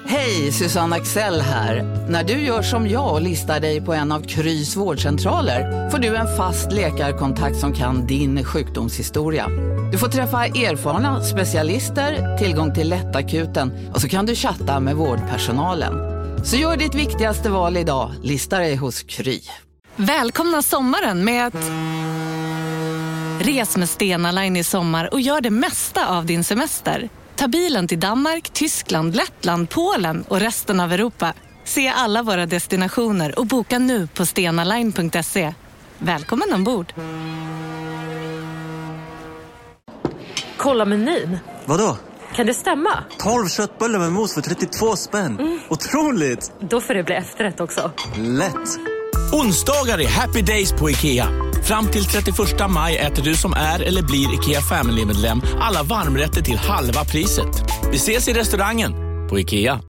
Hej, Susanne Axel här. När du gör som jag och listar dig på en av Krys vårdcentraler får du en fast läkarkontakt som kan din sjukdomshistoria. Du får träffa erfarna specialister, tillgång till lättakuten och så kan du chatta med vårdpersonalen. Så gör ditt viktigaste val idag, lista dig hos Kry. Välkomna sommaren med att... Res med Stena Line i sommar och gör det mesta av din semester. Ta bilen till Danmark, Tyskland, Lettland, Polen och resten av Europa. Se alla våra destinationer och boka nu på stenaline.se. Välkommen ombord! Kolla menyn. Vadå? Kan det stämma? 12 köttbullar med mos för 32 spänn. Otroligt! Då får det bli efterrätt också. Lätt! Onsdagar är happy days på IKEA. Fram till 31 maj äter du som är eller blir IKEA Family-medlem alla varmrätter till halva priset. Vi ses i restaurangen på IKEA.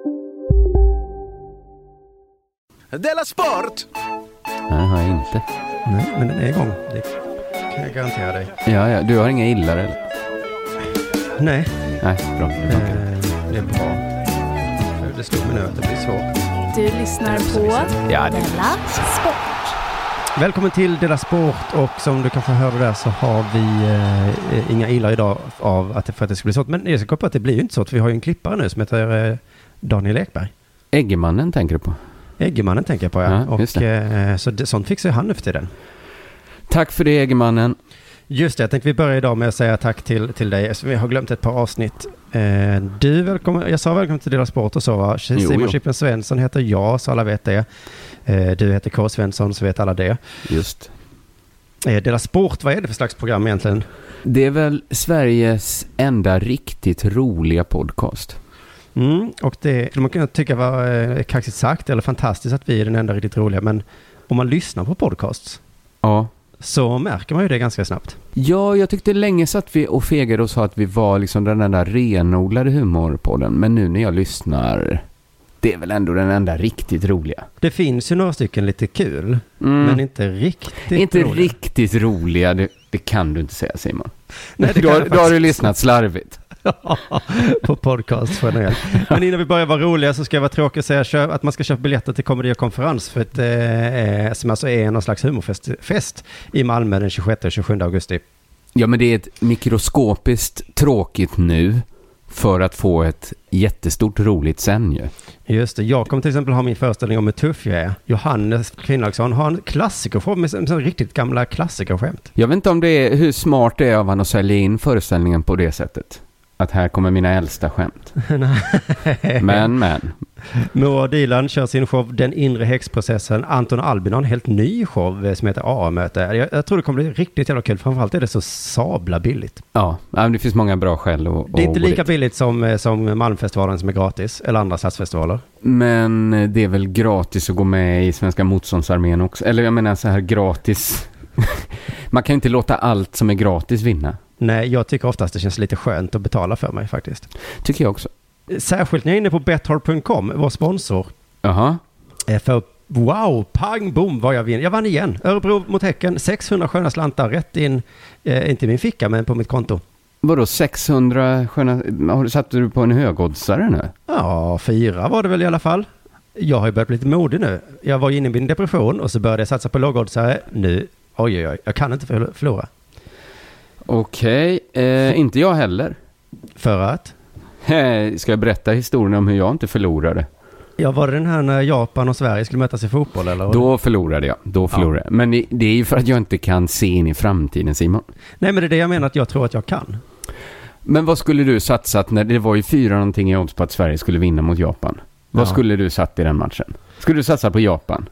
Della Sport! Nej, har jag inte. Nej, men den är igång. Det kan jag garantera dig. Ja, du har inga illar eller? Nej. Nej, bra. Det är bra. Det slog mig nu att det blir svårt. Du lyssnar på Della Sport. Välkommen till Della Sport, och som du kanske hörde där så har vi inga illar idag av att det ska bli svårt. Men jag ska komma på att det blir ju inte så. Vi har ju en klippare nu som heter Daniel Ekberg. Eggemannen tänker du på? Eggemannen tänker jag på, ja. Och sånt fixar han nu för tiden. Tack för det, Eggemannen. Just det, jag tänkte vi börjar idag med att säga tack till dig. Så vi har glömt ett par avsnitt. Jag sa välkommen till Della Sport och så, va? Simon Chippen Svensson heter jag, så alla vet det. Du heter K. Svensson, så vet alla det. Just. Della Sport, vad är det för slags program egentligen? Det är väl Sveriges enda riktigt roliga podcast. Och det skulle man kunna tycka var kaxigt sagt eller fantastiskt att vi är den enda riktigt roliga. Men om man lyssnar på podcasts, ja, så märker man ju det ganska snabbt. Ja, jag tyckte länge så att vi och fegade och sa att vi var liksom den där renodlade humorpodden. Men nu när jag lyssnar, det är väl ändå den enda riktigt roliga. Det finns ju några stycken lite kul, men inte riktigt roliga. Det kan du inte säga, Simon. Nej, då har du lyssnat slarvigt. På podcast generellt. Men innan vi börjar vara roliga så ska jag vara tråkig och säga att man ska köpa biljetter till Komedi och konferens för att som alltså är någon slags humorfest i Malmö den 26 och 27 augusti. Ja, men det är ett mikroskopiskt tråkigt nu för att få ett jättestort roligt sen ju. Just det, jag kommer till exempel ha min föreställning om hur tuff jag är. Johannes Kvinnlagsson har en klassiker med riktigt gamla klassikerskämt. Jag vet inte om det är hur smart det är av han att sälja in föreställningen på det sättet. Att här kommer mina äldsta skämt. men. Moa Dilan kör sin show Den inre häxprocessen. Anton Albin har en helt ny show som heter AA-möte. Jag tror det kommer bli riktigt jävla kul. Framförallt är det så sabla billigt. Ja, det finns många bra skäl. Det är inte lika billigt som Malmfestivalen som är gratis. Eller andra stadsfestivaler. Men det är väl gratis att gå med i Svenska motståndsarmén också. Eller jag menar så här gratis. Man kan inte låta allt som är gratis vinna. Nej, jag tycker oftast det känns lite skönt att betala för mig faktiskt. Tycker jag också. Särskilt när jag är inne på Betthard.com, vår sponsor. Jaha. För wow, pang, boom, vad jag vinner. Jag vann igen. Örebro mot Häcken, 600 sköna slantar rätt in, inte i min ficka men på mitt konto. Vadå 600 sköna, satte du på en högoddsare nu? Ja, 4 var det väl i alla fall. Jag har ju börjat bli lite modig nu. Jag var inne i min depression och så började jag satsa på lågoddsare. Nu, oj, jag kan inte förlora. Okej, inte jag heller. För att? Ska jag berätta historien om hur jag inte förlorade? Ja, var det den här när Japan och Sverige skulle mötas i fotboll? Eller? Då förlorade jag. Ja. Men det är ju för att jag inte kan se in i framtiden, Simon. Nej, men det är det jag menar att jag tror att jag kan. Men vad skulle du satsat när det var ju 4 någonting i odds på att Sverige skulle vinna mot Japan? Vad skulle du satt i den matchen? Skulle du satsa på Japan?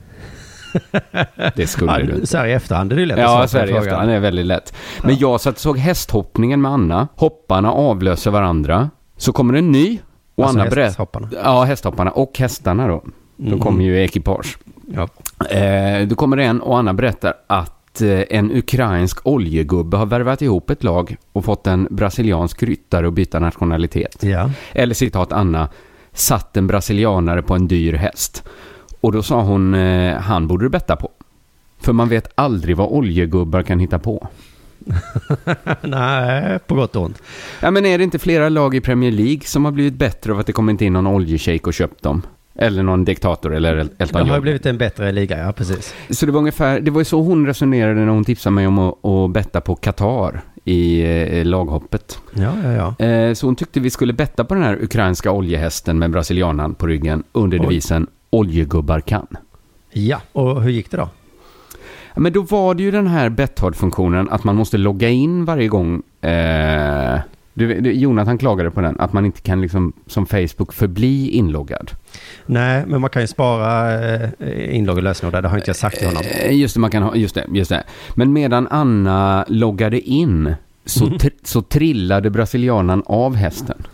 Det skulle du. Sverige i efterhand är det lätt. Ja, Sverige i efterhand är väldigt lätt. Men jag såg hästhoppningen med Anna. Hopparna avlöser varandra. Så kommer en ny. Och alltså Anna hästhopparna. Ja, hästhopparna och hästarna då. De kommer ju i ekipage. Ja. Då kommer en och Anna berättar att en ukrainsk oljegubbe har värvat ihop ett lag och fått en brasiliansk ryttare att byta nationalitet. Ja. Eller citat Anna, satt en brasilianare på en dyr häst. Och då sa hon, han borde du betta på. För man vet aldrig vad oljegubbar kan hitta på. Nej, på gott och ont. Ja, men är det inte flera lag i Premier League som har blivit bättre av att det kommer inte in någon oljeshejk och köpt dem? Eller någon diktator eller Elton John. Det har blivit en bättre liga, ja precis. Så det var ju så hon resonerade när hon tipsade mig om att betta på Qatar i laghoppet. Ja. Så hon tyckte vi skulle betta på den här ukrainska oljehästen med brasilianan på ryggen under devisen oljegubbar kan. Ja, och hur gick det då? Ja, men då var det ju den här Betthard-funktionen att man måste logga in varje gång. Jonathan klagade på den, att man inte kan liksom som Facebook förbli inloggad. Nej, men man kan ju spara inlogg och lösenord där, det har inte jag sagt till honom. Just det, man kan ha, just det. Men medan Anna loggade in så trillade brasilianan av hästen.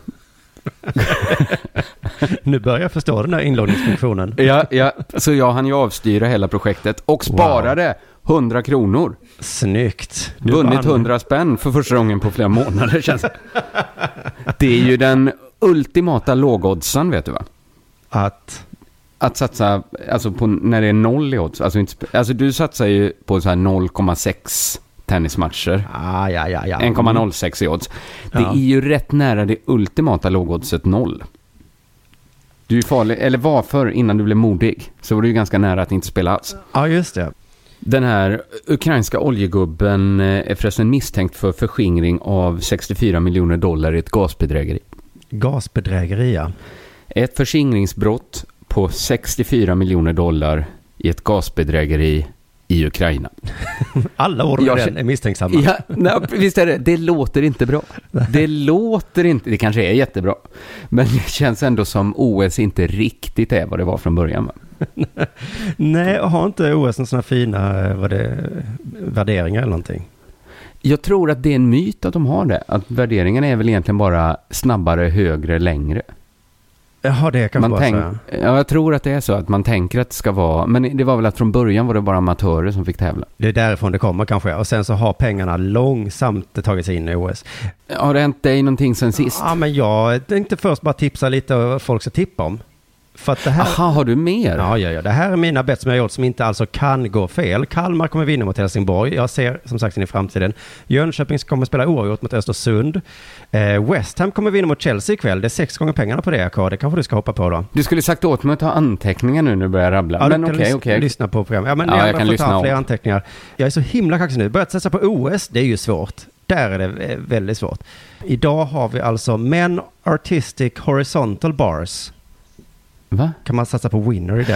Nu börjar jag förstå den här inloggningsfunktionen. Ja, så jag hann ju avstyra hela projektet och sparade 100 kronor. Snyggt. Vunnit 100 spänn för första gången på flera månader, känns det. Det är ju den ultimata lågoddsaren, vet du va? Att satsa alltså på när det är 0 i odds. Alltså du satsar ju på så här 0,6 tennismatcher. Ja. 1,06 i odds. Det är ju rätt nära det ultimata lågoddset 0. Du är farlig, eller varför innan du blev modig så var du ju ganska nära att inte spela alls. Ja, just det. Den här ukrainska oljegubben är förresten misstänkt för förskingring av $64 miljoner i ett gasbedrägeri. Gasbedrägeri, ja. Ett förskingringsbrott på $64 miljoner i ett gasbedrägeri i Ukraina. Alla ord med den är misstänksamma. Ja, nej, visst är det. Det låter inte bra. Det kanske är jättebra. Men det känns ändå som OS inte riktigt är vad det var från början. Nej, har inte OS en såna fina värderingar eller någonting? Jag tror att det är en myt att de har det. Att värderingarna är väl egentligen bara snabbare, högre, längre. Jaha, det kan man bara säga. Ja, jag tror att det är så att man tänker att det ska vara, men det var väl att från början var det bara amatörer som fick tävla. Det är därifrån det kommer kanske, och sen så har pengarna långsamt tagit sig in i OS. Har det hänt dig någonting sen sist? Ja, men jag tänkte först bara tipsa lite vad folk ska tippa om. För att det här... Aha, har du mer? Ja. Det här är mina bett som jag har gjort som inte alltså kan gå fel. Kalmar kommer vinna mot Helsingborg. Jag ser som sagt in i framtiden. Jönköping kommer spela oavgjort mot Östersund. West Ham kommer vinna mot Chelsea ikväll. Det är 6 gånger pengarna på det, AK. Det kanske du ska hoppa på då. Du skulle sagt åt mig att ta anteckningar nu när du börjar rabbla. Ja, men okej. Lyssna på programmet. Ja, men jag kan lyssna ta fler anteckningar. Jag är så himla kaxig nu. Börjat satsa på OS, det är ju svårt. Där är det väldigt svårt. Idag har vi alltså Men Artistic Horizontal Bars. Va? Kan man satsa på winner i den?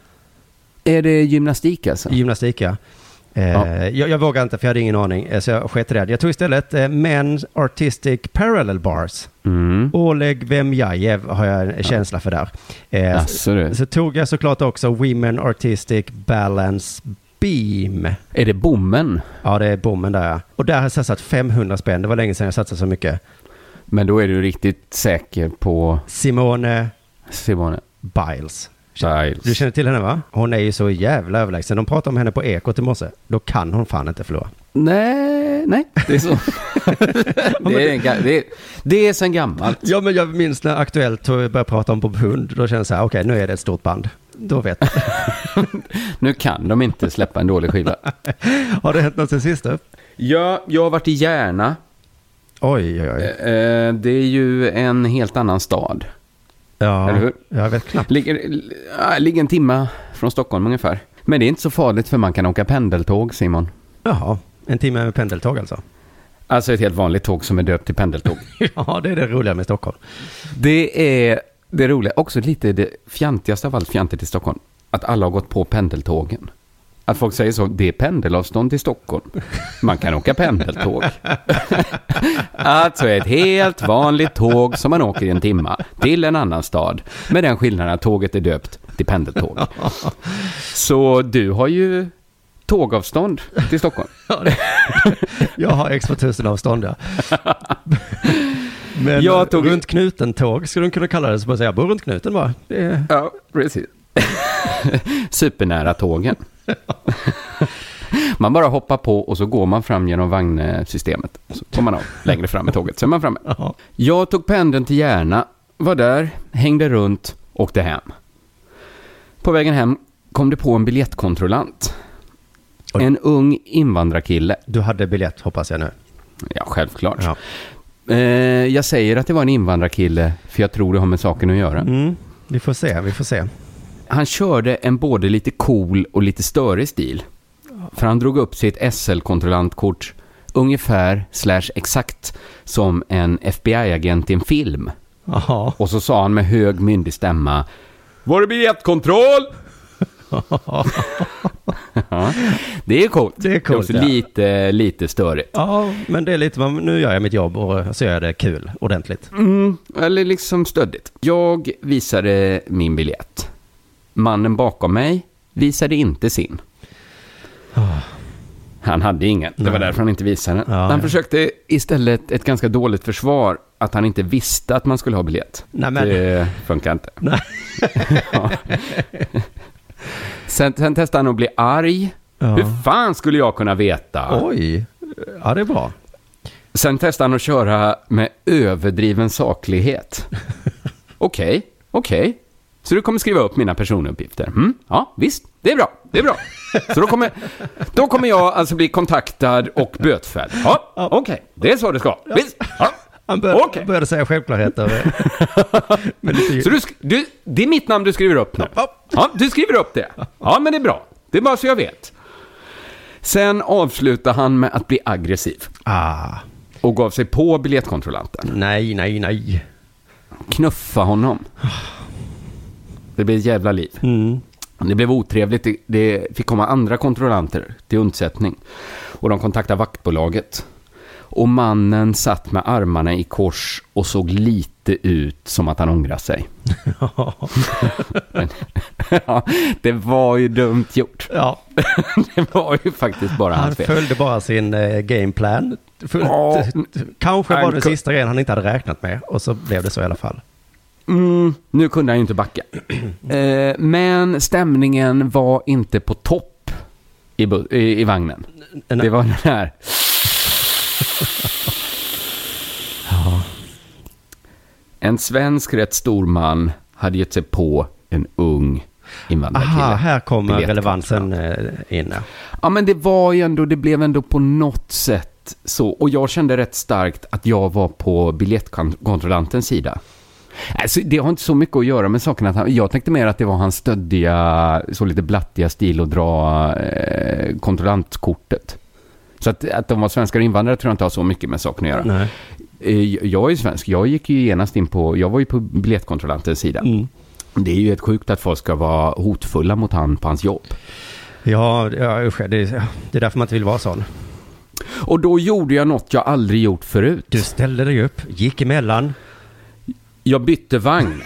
Är det gymnastik alltså? Gymnastik, ja. Jag vågar inte för jag hade ingen aning. Så jag sket det. Jag tog istället Men Artistic Parallel Bars. Oleg Vemjajev har jag en känsla för där. Så tog jag såklart också Women Artistic Balance Beam. Är det bommen? Ja, det är bommen där. Ja. Och där har jag satsat 500 spänn. Det var länge sedan jag satsade så mycket. Men då är du riktigt säker på... Simone Biles. Du känner till henne, va? Hon är ju så jävla överlägsen. De pratar om henne på Ekot i morse. Då kan hon fan inte förlora. Nej, det är så. det är sen gammalt. Ja, men jag minns när Aktuellt började prata om Bob Hund. Då kände jag så här, okej, nu är det ett stort band. Då vet jag. Nu kan de inte släppa en dålig skiva. Har det hänt något sen sist? Ja, jag har varit i Järna. Oj. Det är ju en helt annan stad. Ja, eller hur? Jag vet knappt. Ligger en timme från Stockholm ungefär. Men det är inte så farligt för man kan åka pendeltåg, Simon. Jaha, en timme med pendeltåg alltså? Alltså ett helt vanligt tåg som är döpt till pendeltåg. Ja, det är det roliga med Stockholm. Det är det roliga. Också lite det fjantigaste av allt fjantigt i Stockholm. Att alla har gått på pendeltågen. Att folk säger så, det är pendelavstånd till Stockholm. Man kan åka pendeltåg. Alltså ett helt vanligt tåg som man åker i en timme till en annan stad. Med den skillnaden att tåget är döpt till pendeltåg. Så du har ju tågavstånd till Stockholm. Jag har extra 1000 avstånd, ja. Men jag tog runt knuten tåg, skulle du kunna kalla det, så bara säga, bor runt knuten bara. Ja, precis. Supernära tågen. Man bara hoppar på och så går man fram genom vagnsystemet. Så kommer man av längre fram i tåget. Så är man framme. Jag tog pendeln till Järna, var där, hängde runt, åkte hem. På vägen hem kom det på en biljettkontrollant. En ung invandrarkille. Du hade biljett, hoppas jag nu. Ja, självklart. Ja. Jag säger att det var en invandrarkille för jag tror det har med saken att göra. Vi får se. Han körde en både lite cool och lite störig stil. För han drog upp sitt SL-kontrollantkort ungefär /exakt som en FBI-agent i en film. Aha. Och så sa han med hög myndig stämma: var det biljettkontroll? Ja, det är coolt. Det är coolt, också lite störigt. Ja, men det är lite, nu gör jag mitt jobb och så gör jag det kul, ordentligt. Eller liksom stöddigt. Jag visade min biljett. Mannen bakom mig visade inte sin. Han hade ingen. Det var därför han inte visade den. Han försökte istället ett ganska dåligt försvar att han inte visste att man skulle ha biljett. Nej, men... Det funkar inte. Nej. Ja. Sen testade han att bli arg. Ja. Hur fan skulle jag kunna veta? Oj, ja det är bra. Sen testade han att köra med överdriven saklighet. Okej. Så du kommer skriva upp mina personuppgifter. Ja, visst. Det är bra. Så då kommer jag alltså bli kontaktad och bötfälld. Ja, okej. Det är så det ska. Visst. Ja. Han började säga självklarheter. Så det är mitt namn du skriver upp nu. Ja, du skriver upp det. Ja, men det är bra. Det är bara så jag vet. Sen avslutar han med att bli aggressiv. Och gav sig på biljettkontrollanten. Nej. Knuffa honom. Det blev ett jävla liv. Det blev otrevligt. Det fick komma andra kontrollanter till undsättning. Och de kontaktade vaktbolaget. Och mannen satt med armarna i kors och såg lite ut som att han ångrar sig. Men, ja, det var ju dumt gjort. Ja. Det var ju faktiskt bara hans fel. Han följde bara sin gameplan. Kanske var det sista grejen han inte hade räknat med. Och så blev det så i alla fall. Nu kunde han ju inte backa. Men stämningen var inte på topp i vagnen. Det var den här... Ja. En svensk rätt stor man hade gett sig på en ung invandrarkille. Här kommer relevansen in. Ja, men det blev ändå på något sätt så. Och jag kände rätt starkt att jag var på biljettkontrollantens sida. Alltså, det har inte så mycket att göra med saken. Att jag tänkte mer att det var hans stöddiga, så lite blattiga stil att dra kontrollantkortet. Så att de var svenskar och invandrare tror jag inte har så mycket med saken att göra. Nej. Jag är svensk. Jag gick ju genast in på... Jag var ju på biljettkontrollantens sida. Det är ju ett sjukt att folk ska vara hotfulla mot han på hans jobb. Ja, det är därför man inte vill vara sån. Och då gjorde jag något jag aldrig gjort förut. Du ställde dig upp, gick emellan. Jag bytte vagn.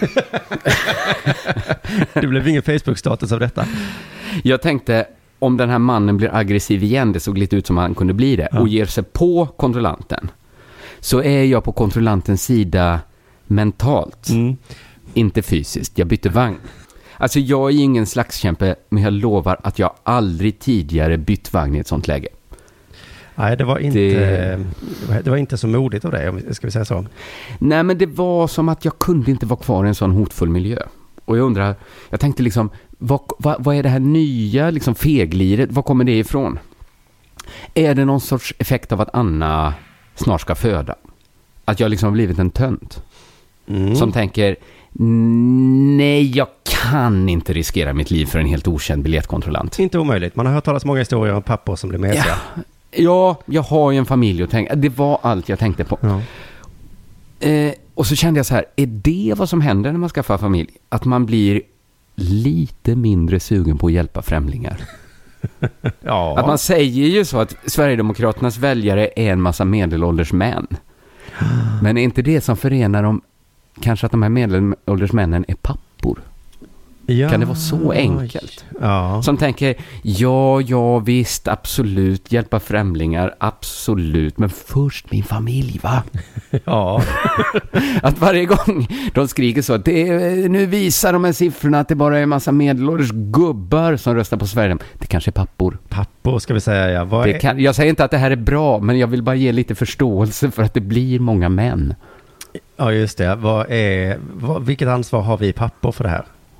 Det blev ingen Facebook-status av detta. Jag tänkte... Om den här mannen blir aggressiv igen, det såg lite ut som han kunde bli det, och ger sig på kontrollanten, så är jag på kontrollantens sida mentalt. Inte fysiskt. Jag bytte vagn. Alltså jag är ingen slagskämpe, men jag lovar att jag aldrig tidigare bytt vagn i ett sånt läge. Nej, det var inte så modigt av dig, ska vi säga så. Nej, men det var som att jag kunde inte vara kvar i en sån hotfull miljö. Och jag tänkte liksom, vad är det här nya liksom fegliret? Var kommer det ifrån? Är det någon sorts effekt av att Anna snart ska föda? Att jag liksom har blivit en tönt? Som tänker, nej, jag kan inte riskera mitt liv för en helt okänd biljettkontrollant. Inte omöjligt. Man har hört talas många historier om pappor som blir mesiga. Ja, jag har ju en familj att tänka. Det var allt jag tänkte på. Ja. Och så kände jag så här, är det vad som händer när man skaffar familj? Att man blir lite mindre sugen på att hjälpa främlingar. Ja. Att man säger ju så att Sverigedemokraternas väljare är en massa medelålders män. Men är inte det som förenar dem kanske att de här medelålders männen är pappor? Ja, kan det vara så enkelt? Ja. Som tänker, ja visst, absolut, hjälpa främlingar, absolut, men först min familj, va? Ja. Att varje gång de skriker så att nu visar de här siffrorna att det bara är en massa medelålders gubbar som röstar på Sverige. Det kanske är pappor. Pappor ska vi säga, ja. Jag säger inte att det här är bra, men jag vill bara ge lite förståelse för att det blir många män. Ja, just det. Vilket ansvar har vi pappor för det här?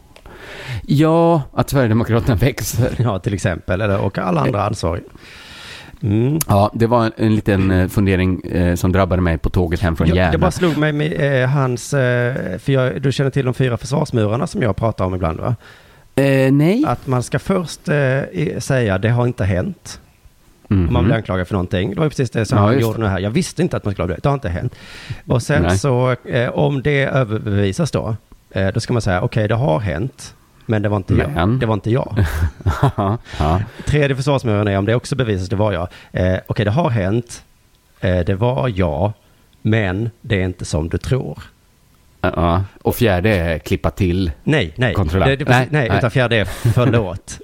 Ja, att Sverigedemokraterna växer. Ja, till exempel. Och alla andra ansvariga. Ja, det var en liten fundering som drabbade mig på tåget hem från Järna. Det bara slog mig med hans... du känner till de 4 försvarsmurarna som jag pratar om ibland, va? Nej. Att man ska först säga det har inte hänt. Om man blir anklagad för någonting. Det var precis det som han gjorde nu här. Jag visste inte att man skulle bli det. Det har inte hänt. Och sen så, om det överbevisas då ska man säga okej, det har hänt. Men det var inte jag. Det var inte jag. Tredje försvarsmuren är om det också bevisas, det var jag. Okej, det har hänt. Det var jag. Men det är inte som du tror. Och fjärde är klippa till. Nej. Utan fjärde är förlåt.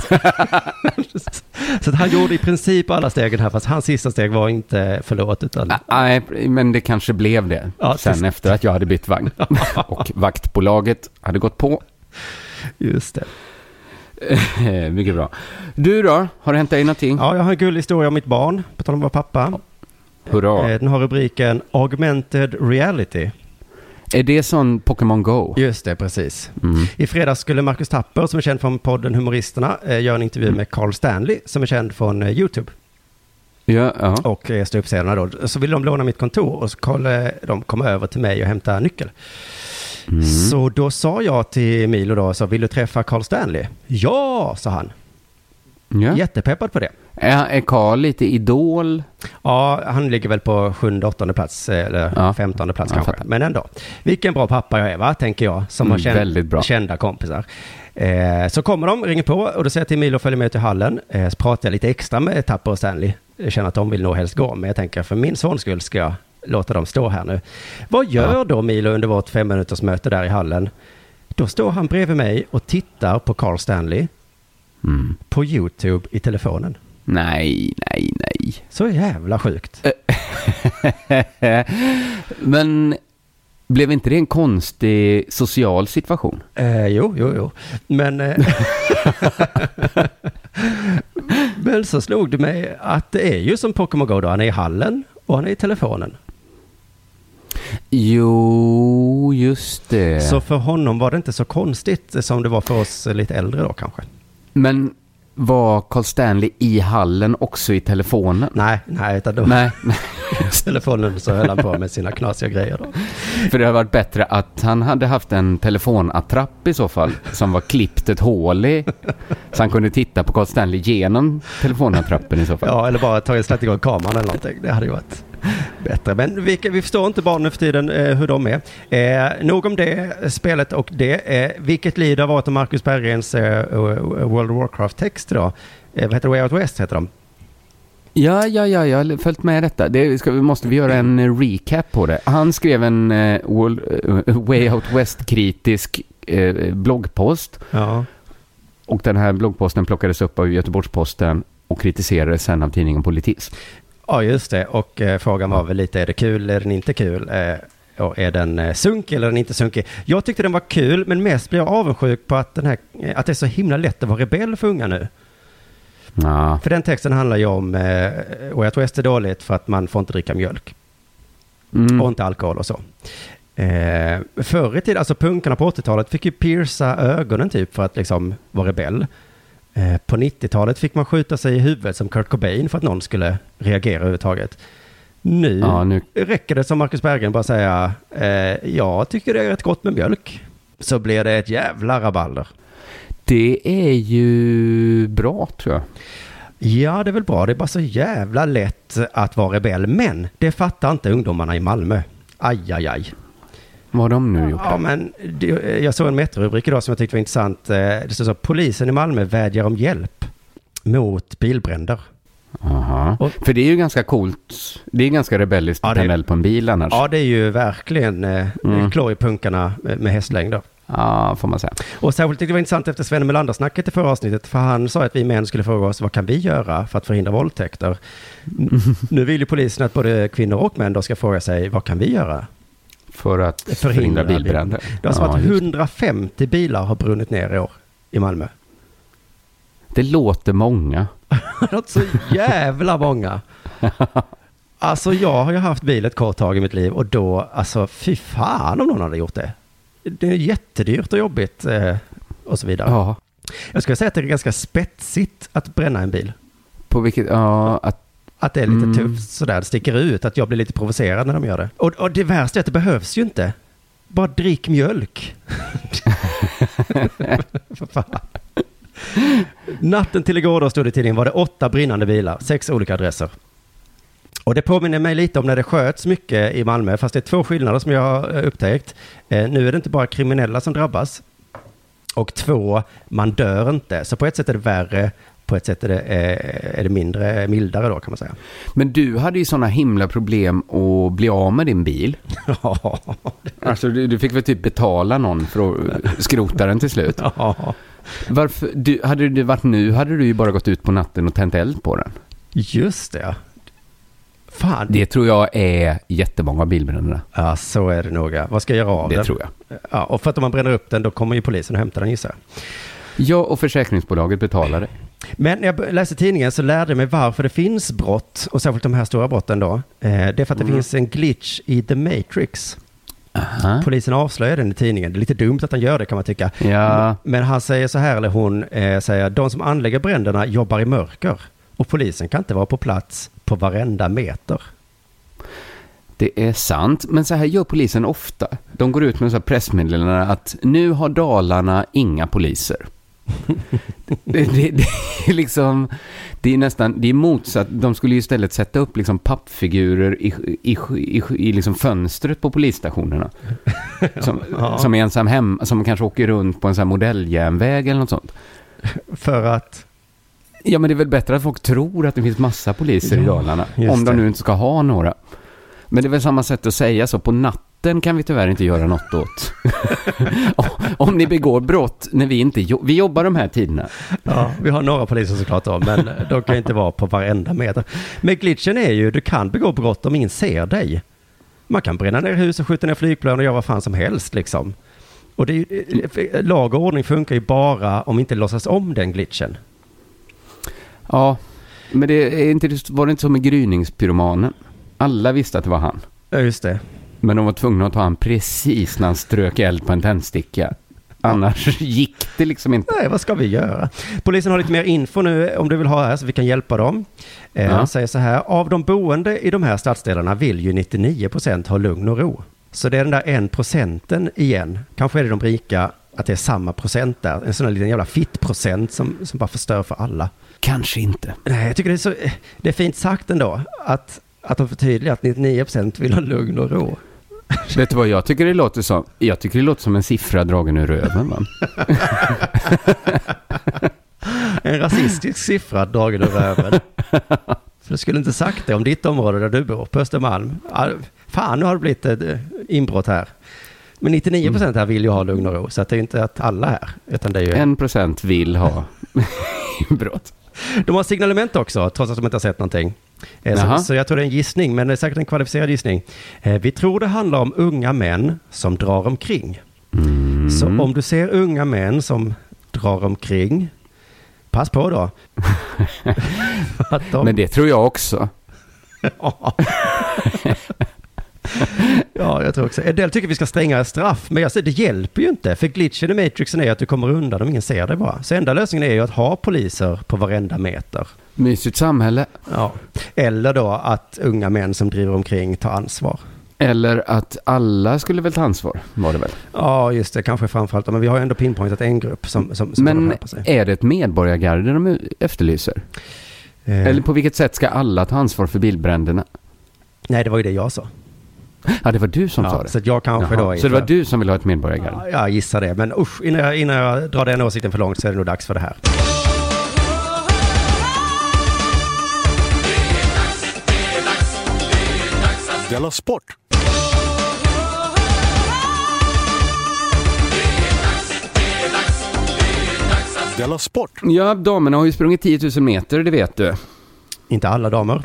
Så att han gjorde i princip alla stegen här, fast hans sista steg var inte förlåt utan... Nej, men det kanske blev det sen efter att jag hade bytt vagn. Och vaktbolaget hade gått på. Just det. Mycket bra. Du då? Har det hänt dig någonting? Ja, jag har en gullig historia om mitt barn. På tal om vår pappa. Hurra. Den har rubriken Augmented Reality. Är det sån Pokémon Go? Just det, precis. I fredags skulle Marcus Tapper, som är känd från podden Humoristerna, göra en intervju med Carl Stanley, som är känd från YouTube. Ja. Och stå upp scenerna då. Så ville de låna mitt kontor och så de komma över till mig och hämta nyckel. Så då sa jag till Milo då, så vill du träffa Carl Stanley? Ja, sa han. Ja. Jättepeppad på det. Är Carl lite idol? Ja, han ligger väl på 7:e, 8:e plats eller 15:e plats kanske. Men ändå. Vilken bra pappa jag är, va? Tänker jag, som har kända kompisar. Så kommer de, ringer på och då säger jag till Milo följer med ut i hallen. Så pratar jag lite extra med Tapper och Stanley. Jag känner att de vill nog helst gå, men jag tänker för min sons skull ska jag låta dem stå här nu. Vad gör då Milo under vårt 5 minuters möte där i hallen? Då står han bredvid mig och tittar på Carl Stanley på YouTube i telefonen. Nej. Så jävla sjukt. Men blev inte det en konstig social situation? Jo. Men, men så slog det mig att det är ju som Pokémon Go då. Han är i hallen och han är i telefonen. Jo, just det. Så för honom var det inte så konstigt som det var för oss lite äldre då kanske. Men var Carl Stanley i hallen också i telefonen? Nej, utan då telefonen så höll han på med sina knasiga grejer då. För det hade varit bättre att han hade haft en telefonattrapp i så fall som var klippt ett hål i, så han kunde titta på Carl Stanley genom telefonattrappen i så fall. Ja, eller bara släppt igång kameran eller någonting. Det hade ju varit bättre. Men vi förstår inte barnen för tiden hur de är. Nog om det spelet och det. Vilket liv det har varit om Marcus Berggrens World of Warcraft-text då? Vad heter det? Way Out West heter de. Ja, jag har följt med detta. Måste vi göra en recap på det. Han skrev en Way Out West-kritisk bloggpost. Ja. Och den här bloggposten plockades upp av Göteborgs-Posten och kritiserades sen av tidningen Politism. Ja, just det. Och frågan var väl lite, är det kul eller är den inte kul? Och är den sunkig eller är den inte sunkig? Jag tyckte den var kul, men mest blev jag avundsjuk på att det är så himla lätt att vara rebell för unga nu. Ja. För den texten handlar ju om och jag tror att det är dåligt för att man får inte dricka mjölk. Och inte alkohol och så. Förr i tiden, alltså punkarna på 80-talet fick ju pierca ögonen typ för att liksom vara rebell. På 90-talet fick man skjuta sig i huvudet som Kurt Cobain för att någon skulle reagera överhuvudtaget. Nu räcker det som Marcus Berggren bara säga jag tycker det är rätt gott med mjölk. Så blir det ett jävla rabalder. Det är ju bra, tror jag. Ja, det är väl bra. Det är bara så jävla lätt att vara rebell. Men det fattar inte ungdomarna i Malmö. Aj. Vad har de nu gjort? Ja, men jag såg en Metro-rubrik idag som jag tyckte var intressant. Det står så: polisen i Malmö vädjar om hjälp mot bilbränder. Aha. För det är ju ganska coolt. Det är ganska rebelliskt att tända eld på en bil annars. Ja, det är ju verkligen klå i punkarna med hästlängder. Ja, får man säga. Och särskilt tyckte det var intressant efter Sven Melander-snacket i förra avsnittet, för han sa att vi män skulle fråga oss, vad kan vi göra för att förhindra våldtäkter? Nu vill ju polisen att både kvinnor och män då ska fråga sig, vad kan vi göra? För att förhindra bilbränder. Det har varit 150 bilar har brunnit ner i år i Malmö. Det låter många. Det låter så jävla många. Alltså jag har ju haft bil ett kort tag i mitt liv och då, alltså fy fan om någon hade gjort det. Det är jättedyrt och jobbigt och så vidare. Ja. Jag skulle säga att det är ganska spetsigt att bränna en bil. På vilket, att det är lite tufft sådär, det sticker ut, att jag blir lite provocerad när de gör det. Och det värsta är att det behövs ju inte. Bara drick mjölk. För fan. Natten till igår då, stod det i tidningen, var det 8 brinnande bilar, 6 olika adresser. Och det påminner mig lite om när det sköts mycket i Malmö, fast det är 2 skillnader som jag har upptäckt. Nu är det inte bara kriminella som drabbas. Och 2, man dör inte. Så på ett sätt är det värre, på ett sätt är det mildare då, kan man säga. Men du hade ju sådana himla problem att bli av med din bil. Ja. Alltså du fick väl typ betala någon för att skrota den till slut. Ja. Varför, hade det varit nu hade du ju bara gått ut på natten och tänt eld på den. Just det. Fan. Det tror jag är jättemånga bilbränder. Ja, så är det nog. Vad ska jag göra av den? Det tror jag. Ja, och för att om man bränner upp den, då kommer ju polisen och hämtar den, gissar jag. Ja, och försäkringsbolaget betalar det. Men när jag läste tidningen så lärde jag mig varför det finns brott, och särskilt de här stora brotten då. Det är för att det finns en glitch i The Matrix. Aha. Polisen avslöjar den i tidningen. Det är lite dumt att han gör det, kan man tycka. Ja. Men han säger så här, eller hon säger, de som anlägger bränderna jobbar i mörker. Och polisen kan inte vara på plats på varenda meter. Det är sant, men så här gör polisen ofta. De går ut med så här pressmeddelanden att nu har Dalarna inga poliser. det är liksom, det är nästan, det är motsatt. De skulle ju istället sätta upp liksom pappfigurer i liksom fönstret på polisstationerna. Som är ensam hem, som kanske åker runt på en sån här modelljärnväg eller något sånt. För att... Ja, men det är väl bättre att folk tror att det finns massa poliser i Dalarna. Om de nu inte ska ha några. Men det är väl samma sätt att säga så. På natten kan vi tyvärr inte göra något åt. Om ni begår brott när vi jobbar de här tiderna. Ja, vi har några poliser såklart då, men de kan inte vara på varenda meter. Men glitchen är ju, du kan begå brott om ingen ser dig. Man kan bränna ner hus och skjuta ner flygplan och göra vad fan som helst liksom. Och det är ju, lag och ordning funkar ju bara om inte låtsas om den glitchen. Ja, men var det inte så med gryningspyromanen? Alla visste att det var han. Ja, just det. Men de var tvungna att ta han precis när han strök eld på en tändsticka. Annars gick det liksom inte. Nej, vad ska vi göra? Polisen har lite mer info nu om du vill ha här så vi kan hjälpa dem. Han säger så här, av de boende i de här stadsdelarna vill ju 99% ha lugn och ro. Så det är den där 1% igen. Kanske är det de rika, att det är samma procent där. En sån här liten jävla fittprocent som bara förstör för alla. Kanske inte. Nej, jag tycker det är fint sagt ändå. Att de förtydligar att 99% vill ha lugn och ro. Vet du vad jag tycker det låter som? Jag tycker det låter som en siffra dragen ur röven, va? En rasistisk siffra dragen ur röven. För du skulle inte sagt det om ditt område där du bor, på Östermalm. Fan, nu har det blivit ett inbrott här. Men 99% här vill ju ha lugn och ro. Så att det är inte att alla här. Utan det är ju 1% vill ha inbrott. De har signalement också, trots att de inte har sett någonting. Så jag tror det är en gissning, men det är säkert en kvalificerad gissning. Vi tror det handlar om unga män som drar omkring. Så om du ser unga män som drar omkring, pass på då. Men det tror jag också. Ja, jag tror också. En del tycker vi ska strängare straff, men jag säger det hjälper ju inte. För glitchen i Matrixen är att du kommer undan om ingen ser dig bara. Så enda lösningen är ju att ha poliser på varenda meter. Mysigt samhälle. Ja. Eller då att unga män som driver omkring tar ansvar. Eller att alla skulle väl ta ansvar, var det väl? Ja, just det. Kanske framförallt. Men vi har ju ändå pinpointat en grupp som men på sig. Är det ett medborgargarde de efterlyser? Eller på vilket sätt ska alla ta ansvar för bilbränderna? Nej, det var ju det jag sa. Ja, det var du som sa det. Så att jag kanske då så det var du som vill ha ett medborgargarde? Ja, jag gissar det. Men usch, innan jag drar den åsikten för långt så är det nog dags för det här. Della Sport. Della Sport. Ja, damerna har ju sprungit 10 000 meter, det vet du. Inte alla damer.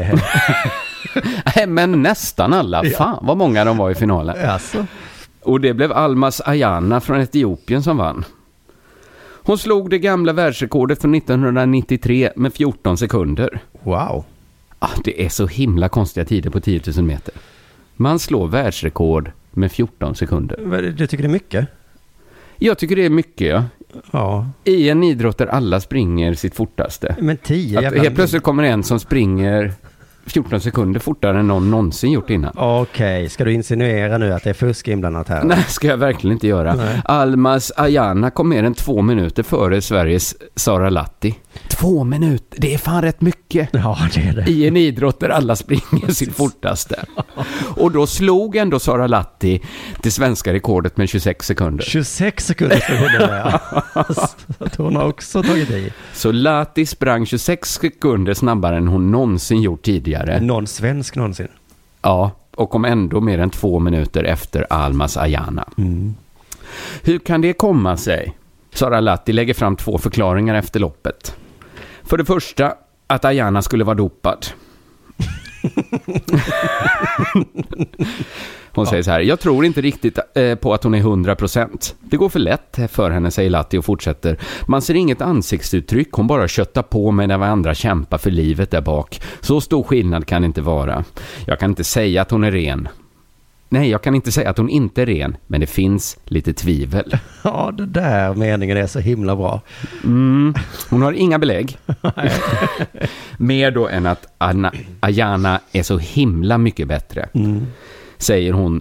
Men nästan alla. Fan vad många de var i finalen. Alltså. Och det blev Almas Ayana från Etiopien som vann. Hon slog det gamla världsrekordet från 1993 med 14 sekunder. Wow. Det är så himla konstiga tider på 10 000 meter. Man slår världsrekord med 14 sekunder. Du tycker det är mycket? Jag tycker det är mycket, ja. Ja. I en idrott där alla springer sitt fortaste. Men 10 jävla... Helt plötsligt kommer en som springer 14 sekunder fortare än någon någonsin gjort innan. Okej, ska du insinuera nu att det är fusk inblandat här? Nej, ska jag verkligen inte göra. Nej. Almas Ayana kom mer än 2 minuter före Sveriges Sara Latti. 2 minuter, det är fan rätt mycket. Ja, det är det. I en idrott där alla springer sitt fortaste. Och då slog ändå Sara Latti det svenska rekordet med 26 sekunder. 26 sekunder för henne, ja. Så hon har också tagit i. Så Latti sprang 26 sekunder snabbare än hon någonsin gjort tidigare. Någon svensk någonsin. Ja, och kom ändå mer än 2 minuter efter Almas Ayana. Mm. Hur kan det komma sig? Sara Latti lägger fram 2 förklaringar efter loppet. För det första, att Ayana skulle vara dopad. Hon säger så här: jag tror inte riktigt på att hon är 100%. Det går för lätt för henne, säger Latti och fortsätter. Man ser inget ansiktsuttryck, hon bara köttar på medan andra kämpar för livet där bak. Så stor skillnad kan det inte vara. Jag kan inte säga att hon är ren. Nej, jag kan inte säga att hon inte är ren, men det finns lite tvivel. Ja, det där meningen är så himla bra. Hon har inga belägg. Mer då än att Ayana är så himla mycket bättre. Säger hon.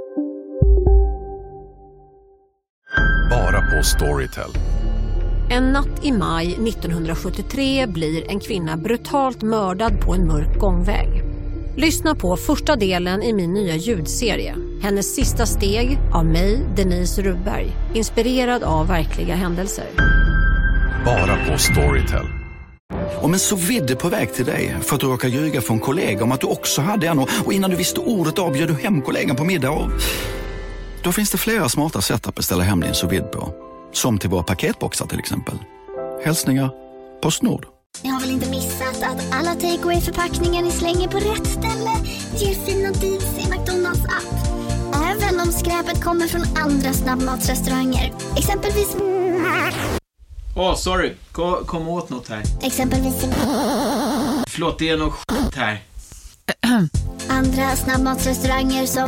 Bara på Storytel. En natt i maj 1973 blir en kvinna brutalt mördad på en mörk gångväg. Lyssna på första delen i min nya ljudserie. Hennes sista steg av mig, Denise Rubberg. Inspirerad av verkliga händelser. Bara på Storytel. Om en så vidde på väg till dig för att du råkar ljuga för en kollega om att du också hade en och innan du visste ordet av bjöd du hem kollegan på middag och... Då finns det flera smarta sätt att beställa hem din sous vide på. Som till våra paketboxar till exempel. Hälsningar PostNord. Ni har väl inte missat att alla takeaway-förpackningar ni slänger på rätt ställe ger fina deals i McDonalds app. Även om skräpet kommer från andra snabbmatsrestauranger. Exempelvis... sorry. Kom åt något här. Exempelvis... Förlåt, det är något skit här. Andra snabbmatsrestauranger som...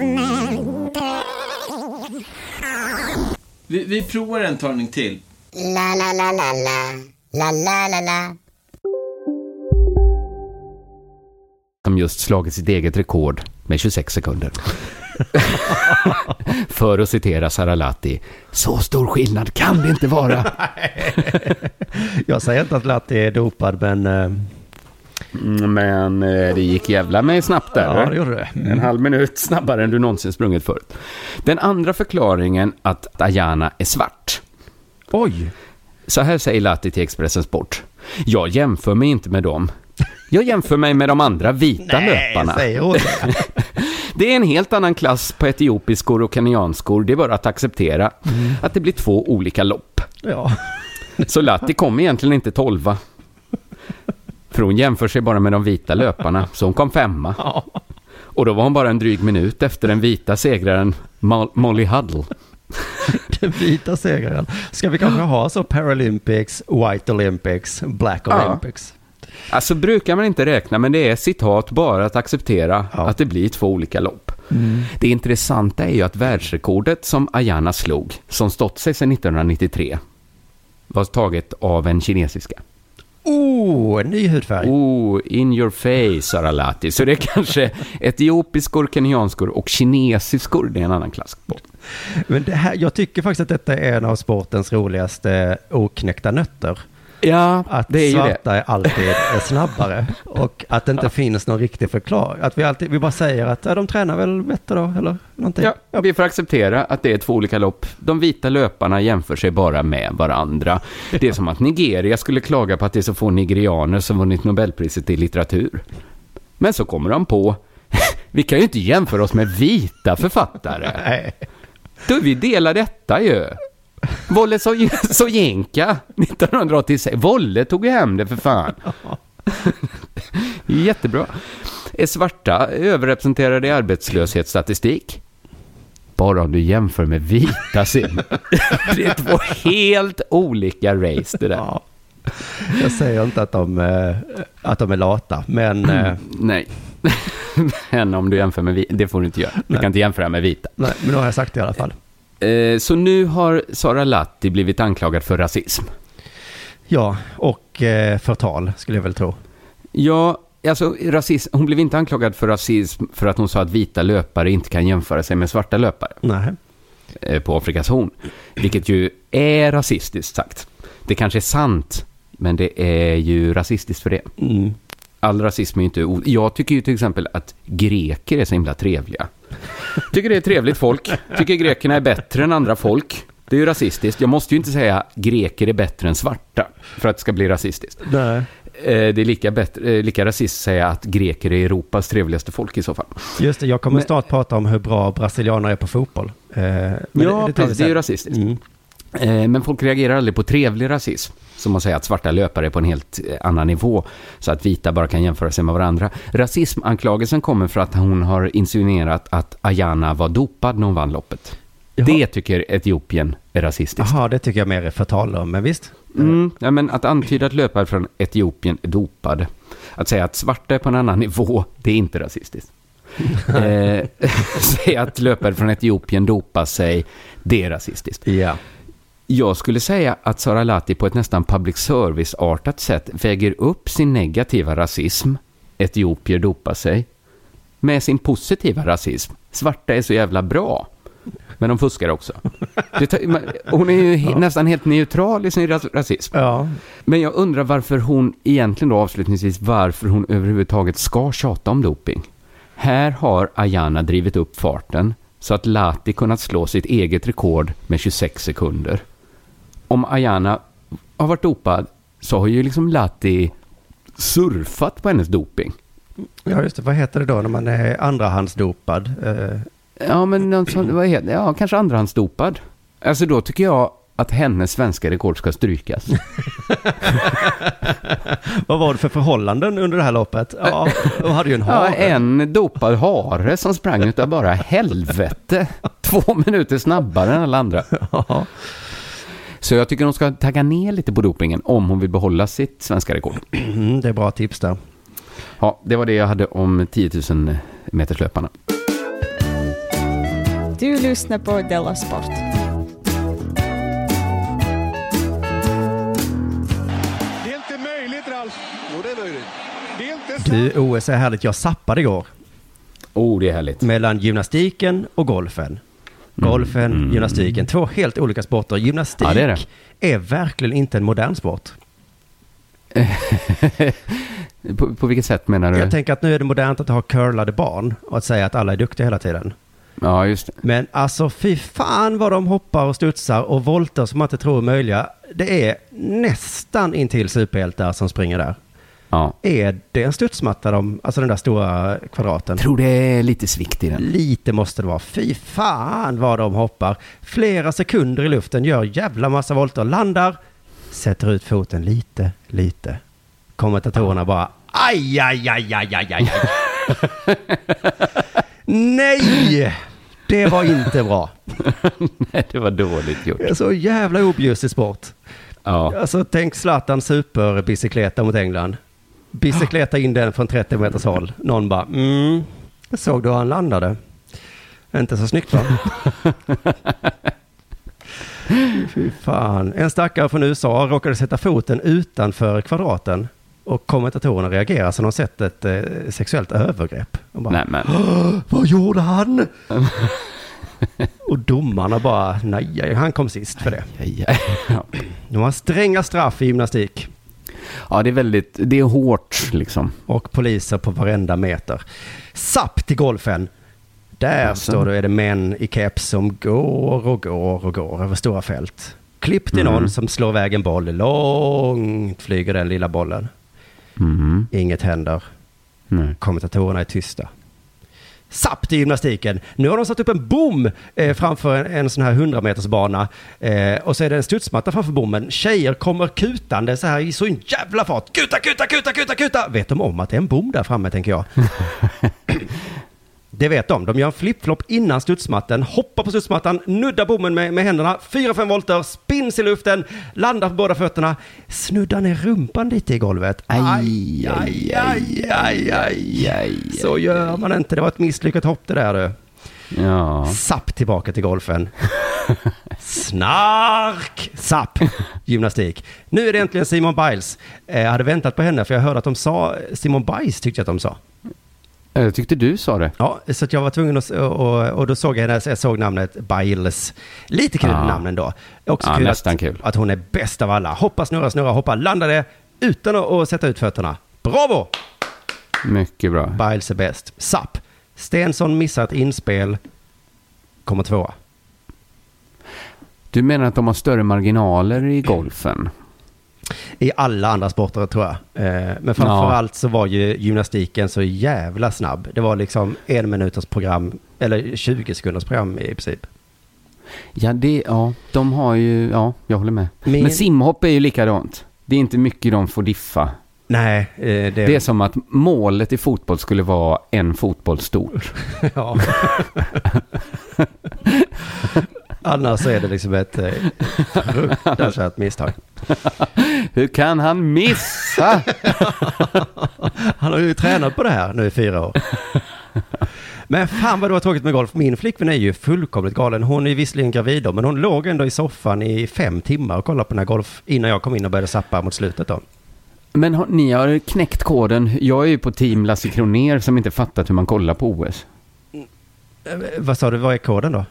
Vi provar en talning till. La la la la la. La la la la. Som just slagit sitt eget rekord med 26 sekunder. För att citera Sara Latti: så stor skillnad kan det inte vara. Jag säger inte att Latti är dopad, men det gick jävla mig snabbt där. Ja, det gjorde det. En halv minut snabbare än du någonsin sprungit förut. Den andra förklaringen, att Ayana är svart. Oj! Så här säger Latti till Expressen Sport: jag jämför mig inte med dem. Jag jämför mig med de andra vita löparna. Säger hon. Det är en helt annan klass på etiopiskor och kenyanskor. Det är bara att acceptera att det blir 2 olika lopp. Ja. Så Latti kom egentligen inte 12. För hon jämför sig bara med de vita löparna. Så hon kom 5. Ja. Och då var hon bara en dryg minut efter den vita segraren Molly Huddle. Den vita segraren. Ska vi kanske ha så Paralympics, White Olympics, Black Olympics? Alltså brukar man inte räkna, men det är citat bara att acceptera att det blir 2 olika lopp. Det intressanta är ju att världsrekordet som Ayana slog, som stått sig sedan 1993, var taget av en kinesiska. En ny hudfärg. In your face, Sara Latti. Så det är kanske etiopiskor, kenyanskor och kinesiskor. Det är en annan klass på. Men det här, jag tycker faktiskt att detta är en av sportens roligaste oknäckta nötter. Ja, att det är ju svarta är alltid är snabbare och att det inte finns någon riktig förklaring. Att vi bara säger att de tränar väl bättre då eller någonting. Ja, vi får acceptera att det är 2 olika lopp. De vita löparna jämför sig bara med varandra. Det är som att Nigeria skulle klaga på att det är så få nigerianer som vunnit Nobelpriset i litteratur. Men så kommer de på, vi kan ju inte jämföra oss med vita författare. Nej. Då vi delar detta ju. Volle Soyinka 1986. Volle tog hem det för fan. Jättebra. Är svarta överrepresenterade i arbetslöshetsstatistik? Bara om du jämför med vita sim. Det är 2 helt olika race det där. Ja. Jag säger inte att de är lata, men... Nej. Men om du jämför med vita, det får du inte göra. Du kan inte jämföra med vita. Nej, men då har jag sagt det i alla fall. Så nu har Sara Lahti blivit anklagad för rasism. Ja, och förtal skulle jag väl tro. Ja, alltså rasism. Hon blev inte anklagad för rasism för att hon sa att vita löpare inte kan jämföra sig med svarta löpare. Nej. På Afrikas horn. Vilket ju är rasistiskt sagt. Det kanske är sant, men det är ju rasistiskt för det. Mm. All rasism är ju inte... Jag tycker ju till exempel att greker är så himla trevliga. Tycker det är trevligt folk. Tycker grekerna är bättre än andra folk. Det är ju rasistiskt. Jag måste ju inte säga greker är bättre än svarta för att det ska bli rasistiskt. Nej. Det är lika rasistiskt att säga att greker är Europas trevligaste folk i så fall. Just det, jag kommer snart prata om hur bra brasilianer är på fotboll. Ja, precis, det är ju rasistiskt. Men folk reagerar aldrig på trevlig rasism. Som man säger att svarta löpare är på en helt annan nivå. Så att vita bara kan jämföra sig med varandra. Rasismanklagelsen kommer för att hon har insinuerat att Ayana var dopad när hon vann loppet. Jaha. Det tycker Etiopien är rasistiskt. Jaha, det tycker jag mer är förtal om, men visst. Ja, men att antyda att löpare från Etiopien är dopad. Att säga att svarta är på en annan nivå, det är inte rasistiskt. Säga att löpare från Etiopien dopar sig, det är rasistiskt. Ja. Jag skulle säga att Sara Lahti på ett nästan public service-artat sätt väger upp sin negativa rasism, etiopier dopar sig, med sin positiva rasism. Svarta är så jävla bra, men de fuskar också. Hon är ju nästan helt neutral i sin rasism. Ja. Men jag undrar varför hon egentligen då avslutningsvis, varför hon överhuvudtaget ska tjata om doping. Här har Ayana drivit upp farten så att Lahti kunnat slå sitt eget rekord med 26 sekunder. Om Ayana har varit dopad så har ju liksom Lahti surfat på hennes doping. Ja, just det. Vad heter det då när man är andrahandsdopad? Ja, men vad heter det? Ja, kanske andrahandsdopad. Alltså då tycker jag att hennes svenska rekord ska strykas. Vad var det för förhållanden under det här loppet? Ja, de hade ju en hare. Ja, en dopad hare som sprang utav bara helvete. 2 minuter snabbare än alla andra. Ja. Så jag tycker hon ska tagga ner lite på dopingen om hon vill behålla sitt svenska rekord. Det är bra tips där. Ja, det var det jag hade om 10 000 meterslöparna. Du lyssnar på Della Sport. Det är inte möjligt, Ralf. Jo, det är möjligt. Det är inte du, OS är härligt. Jag sappade igår. Det är härligt. Mellan gymnastiken och golfen. Golfen, gymnastiken. 2 helt olika sporter. Gymnastik är verkligen inte en modern sport. På vilket sätt menar du? Jag tänker att nu är det modernt att ha curlade barn och att säga att alla är duktiga hela tiden. Ja, just det. Men alltså fy fan vad de hoppar och studsar och volter som man inte tror är möjliga. Det är nästan intill superhjältar som springer där. Ja. Är det en studsmatta, alltså den där stora kvadraten? Jag tror det är lite svikt i den. Lite måste det vara. Fy fan vad de hoppar. Flera sekunder i luften, gör jävla massa volter, landar, sätter ut foten lite. Kommentatorerna bara aj. Nej! Det var inte bra. Nej, det var dåligt gjort. Det är så jävla objusig sport. Ja. Alltså tänk Zlatan superbicykleta mot England. Bicykleta in den från 30 meters håll. Någon bara, såg du hur han landade? Inte så snyggt va? Fy fan. En stackare från USA råkade sätta foten utanför kvadraten. Och kommentatorerna reagerar så de sett ett sexuellt övergrepp. Och bara, vad gjorde han? Och domarna bara, nej, han kom sist för det. De har stränga straff i gymnastik. Ja, det är hårt liksom. Och poliser på varenda meter. Sapp till golfen. Där står det, är det män i keps som går över stora fält. Klipp till någon som slår iväg en boll. Långt flyger den lilla bollen. Inget händer. Kommentatorerna är tysta. Sapp till gymnastiken. Nu har de satt upp en bom framför en sån här 100-metersbana. Och så är det en studsmatta framför bommen. Tjejer kommer kutande så här i så en jävla fart. Kuta! Vet de om att det är en bom där framme, tänker jag. Det vet de. De gör en flip-flop innan studsmattan, hoppar på studsmattan, nuddar bommen med händerna, 4-5 volter, spins i luften, landar på båda fötterna, snuddar ner rumpan lite i golvet. Aj. Så gör man inte. Det var ett misslyckat hopp det där. Ja. Sapp tillbaka till golfen. Snark! Sapp! Gymnastik. Nu är det äntligen Simone Biles. Jag hade väntat på henne för jag hörde att de sa Simone Biles tyckte jag att de sa. Jag tyckte du sa det. Ja, så att jag var tvungen att och då såg jag såg namnet Biles. Lite kul namn då. Också kul nästan kul. Att hon är bäst av alla. Hoppa, snurra, hoppa, landade utan att sätta ut fötterna. Bravo! Mycket bra. Biles är bäst. Sapp. Stensson missar ett inspel. Kommer 2. Du menar att de har större marginaler i golfen? I alla andra sporter tror jag. Men framförallt så var ju gymnastiken så jävla snabb. Det var liksom 1 minuters program, eller 20 sekunders program i princip. Ja, de har ju, jag håller med. Men simhopp är ju likadant. Det är inte mycket de får diffa. Nej. Det är som att målet i fotboll skulle vara en fotboll stort. Ja. Annars så är det liksom ett fruktansvärt misstag. Hur kan han missa? Han har ju tränat på det här nu i 4 år. Men fan vad du har tråkigt med golf. Min flickvän är ju fullkomligt galen. Hon är visserligen gravid då, men hon låg ändå i soffan i 5 timmar och kollade på den här golf innan jag kom in och började sappa mot slutet då. Men ni har knäckt koden. Jag är ju på team Lasse Kroner som inte fattat hur man kollar på OS. Vad sa du? Vad är koden då?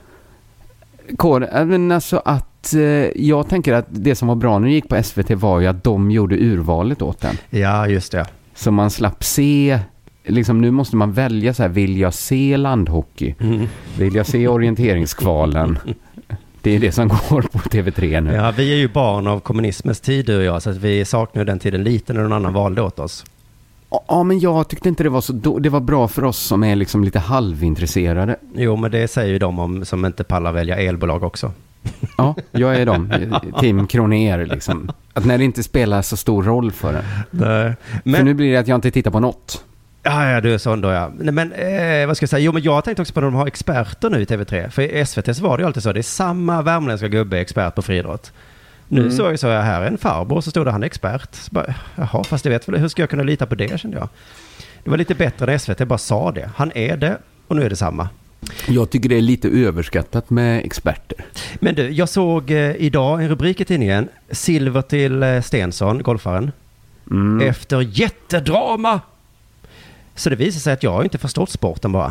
Koden, alltså att jag tänker att det som var bra när det gick på SVT var ju att de gjorde urvalet åt den. Ja, just det. Så man slapp se, liksom nu måste man välja så här, vill jag se landhockey? Vill jag se orienteringskvalen? Det är det som går på TV3 nu. Ja, vi är ju barn av kommunismens tid, du och jag, så att vi saknar den tiden lite när någon annan valde åt oss. Ja, men jag tyckte inte det var så det var bra för oss som är liksom lite halvintresserade. Jo, men det säger ju de som inte pallar välja elbolag också. Ja, jag är team Kroner liksom. Att när det inte spelar så stor roll för det. Nej. Men för nu blir det att jag inte tittar på något. Ja, du är sån då, ja. Nej, men vad ska jag säga? Jo, men jag tänkte också på att de har experter nu i TV3. För i SVT så var det ju alltid så. Det är samma värmländska gubbe expert på friidrott. Nu så jag här en farbror så stod det han expert. Så bara, jaha, fast jag vet väl, hur ska jag kunna lita på det, kände jag. Det var lite bättre när SVT bara sa det. Han är det och nu är det samma. Jag tycker det är lite överskattat med experter. Men du, jag såg idag en rubrik i tidningen. Silver till Stensson, golfaren. Efter jättedrama. Så det visar sig att jag inte förstått sporten bara.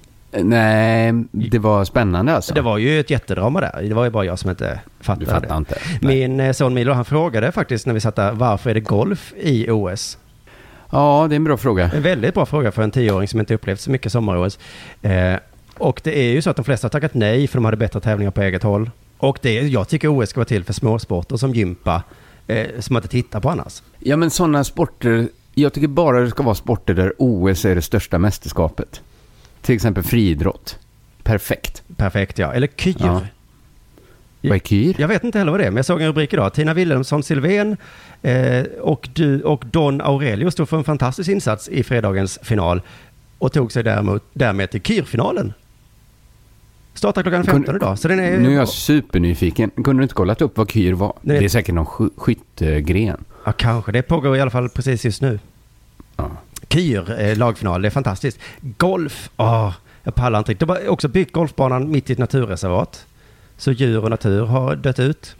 Nej, det var spännande alltså. Det var ju ett jättedrama där. Det var ju bara jag som inte fattade. Du fattar inte. Min son Milo, han frågade faktiskt när vi satt där, varför är det golf i OS? Ja, det är en bra fråga. En väldigt bra fråga för en 10-åring som inte upplevt så mycket sommar-OS. Och det är ju så att de flesta har tackat nej för de hade bättre tävlingar på eget håll. Och jag tycker OS ska vara till för småsporter som gympa, som man inte tittar på annars. Ja, men sådana sporter, jag tycker bara det ska vara sporter där OS är det största mästerskapet. Till exempel friidrott. Perfekt, ja. Eller kyr. Ja. Vad är kyr? Jag vet inte heller vad det är, men jag såg en rubrik idag. Tina Wilhelmsson Silvén och Don Aurelio stod för en fantastisk insats i fredagens final och tog sig därmed till kyrfinalen. Startar klockan 15 idag. Så den är, nu är jag supernyfiken. Kunde du inte kollat upp vad kyr var? Det är säkert någon skyttegren. Ja, kanske. Det pågår i alla fall precis just nu. Ja. Kyr, lagfinal, det är fantastiskt. Golf, jag pallar inte riktigt. De har också byggt golfbanan mitt i ett naturreservat. Så djur och natur har dött ut.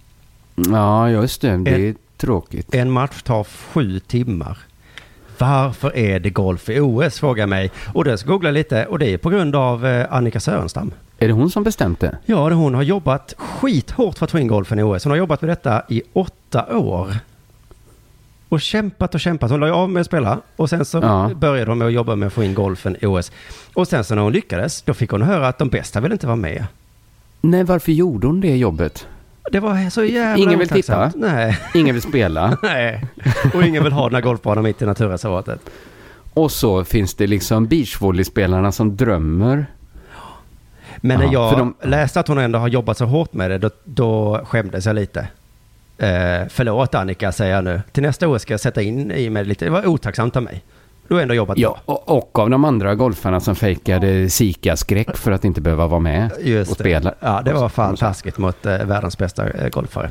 Ja, just det. Det är tråkigt. En match tar 7 timmar. Varför är det golf i OS, frågar mig. Och det ska googla lite. Och det är på grund av Annika Sörenstam. Är det hon som bestämt det? Ja, hon har jobbat skithårt för att få in golfen i OS. Hon har jobbat med detta i 8 år. Och kämpat. Hon la ju av med att spela. Och sen så började hon med att jobba med att få in golfen i OS. Och sen så när hon lyckades, då fick hon höra att de bästa vill inte vara med. Nej, varför gjorde hon det jobbet? Det var så jävla ingen vill titta? Nej. Ingen vill spela? Nej. Och ingen vill ha den här golfbanan mitt i naturreservatet. Och så finns det liksom beachvolleyspelarna som drömmer. Men när jag läste att hon ändå har jobbat så hårt med det, då skämdes jag lite. Förlåt Annika, säger jag nu. Till nästa år ska jag sätta in i mig lite. Det var otacksamt av mig. Du har ändå jobbat bra. Och av de andra golfarna som fejkade Zika-skräck för att inte behöva vara med och spela. Ja, det var fan taskigt mot världens bästa golfare.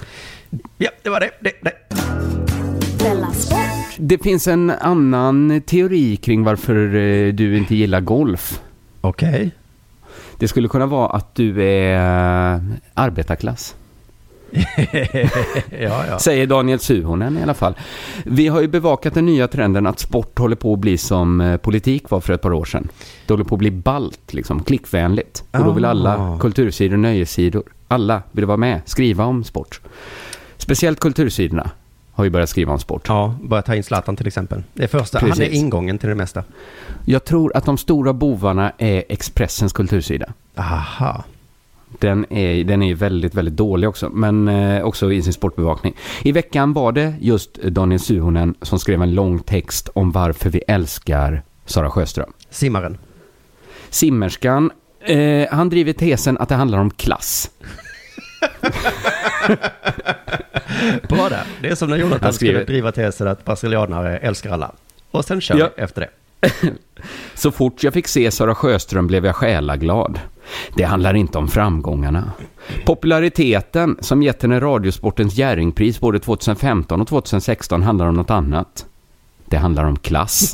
Ja, det var det. Det finns en annan teori kring varför du inte gillar golf. Okej. Det skulle kunna vara att du är arbetarklass. ja. Säger Daniel Suhonen i alla fall. Vi har ju bevakat den nya trenden att sport håller på att bli som politik var för ett par år sedan. Det håller på att bli ballt, liksom, klickvänligt. Och då vill alla kultursidor, nöjessidor, alla vill vara med, skriva om sport. Speciellt kultursidorna har ju börjat skriva om sport. Ja, börjat ta in Zlatan till exempel. Det är första, han är ingången till det mesta. Jag tror att de stora bovarna är Expressens kultursida. Aha. Den är väldigt, väldigt dålig också, men också i sin sportbevakning. I veckan var det just Daniel Suhonen som skrev en lång text om varför vi älskar Sara Sjöström. Simmerskan. Han driver tesen att det handlar om klass. Bra där. Det är som när Jonathan skulle driva tesen att brasilianare älskar alla. Och sen kör vi efter det. Så fort jag fick se Sara Sjöström blev jag själaglad. Det handlar inte om framgångarna. Populariteten som gett henne Radiosportens Jerringpris både 2015 och 2016 handlar om något annat. Det handlar om klass.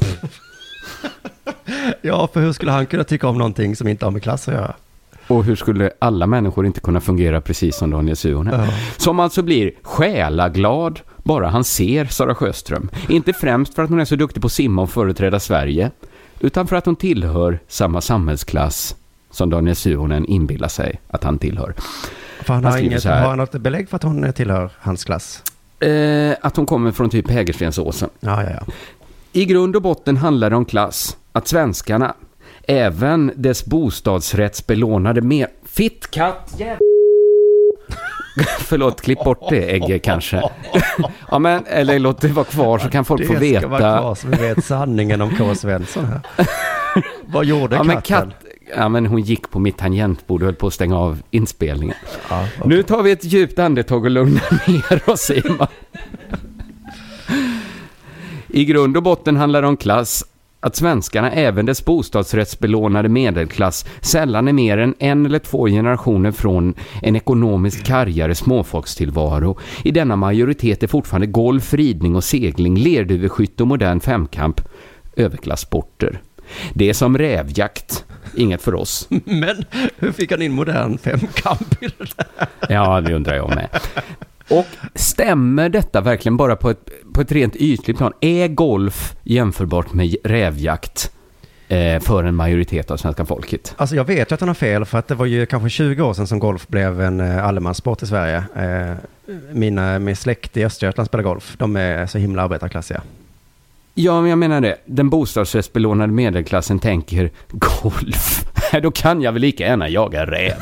Ja, för hur skulle han kunna tycka om någonting som inte har med klass att göra? Och hur skulle alla människor inte kunna fungera precis som Daniel Suhonen? Ja. Som alltså blir själaglad bara han ser Sara Sjöström. Inte främst för att hon är så duktig på att simma och företräda Sverige, utan för att hon tillhör samma samhällsklass som Daniel Suhonen inbillar sig att han tillhör. För har han något belägg för att hon tillhör hans klass? Att hon kommer från typ Hägerstensåsen. Ja. I grund och botten handlar det om klass. Att svenskarna, även dess bostadsrättsbelånade med fittkatt, förlåt, klipp bort det ägget kanske. Ja, men, eller låt det vara kvar så kan folk få veta. Det ska vara kvar så vi vet sanningen om K. Svensson här. Vad gjorde katten? Men hon gick på mitt tangentbord och höll på att stänga av inspelningen. Ja, okay. Nu tar vi ett djupt andetag och lugnar ner oss, Simon. I grund och botten handlar det om klass. Att svenskarna, även dess bostadsrättsbelånade medelklass, sällan är mer än 1 eller 2 generationer från en ekonomiskt kargare småfolkstillvaro. I denna majoritet är fortfarande golf, ridning och segling, lerduveskytte och modern femkamp överklasssporter. Det är som rävjakt, inget för oss. Men hur fick han in modern femkamp i det där? Ja, det undrar jag med. Och stämmer detta verkligen bara på ett rent ytligt plan? Är golf jämförbart med rävjakt för en majoritet av svenska folket? Alltså jag vet ju att han har fel, för att det var ju kanske 20 år sedan som golf blev en allemanssport i Sverige. Min släkt i Östergötland spelar golf. De är så himla arbetarklassiga. Ja, men jag menar det. Den bostadsrättsbelånade medelklassen tänker golf. Då kan jag väl lika gärna jaga räv.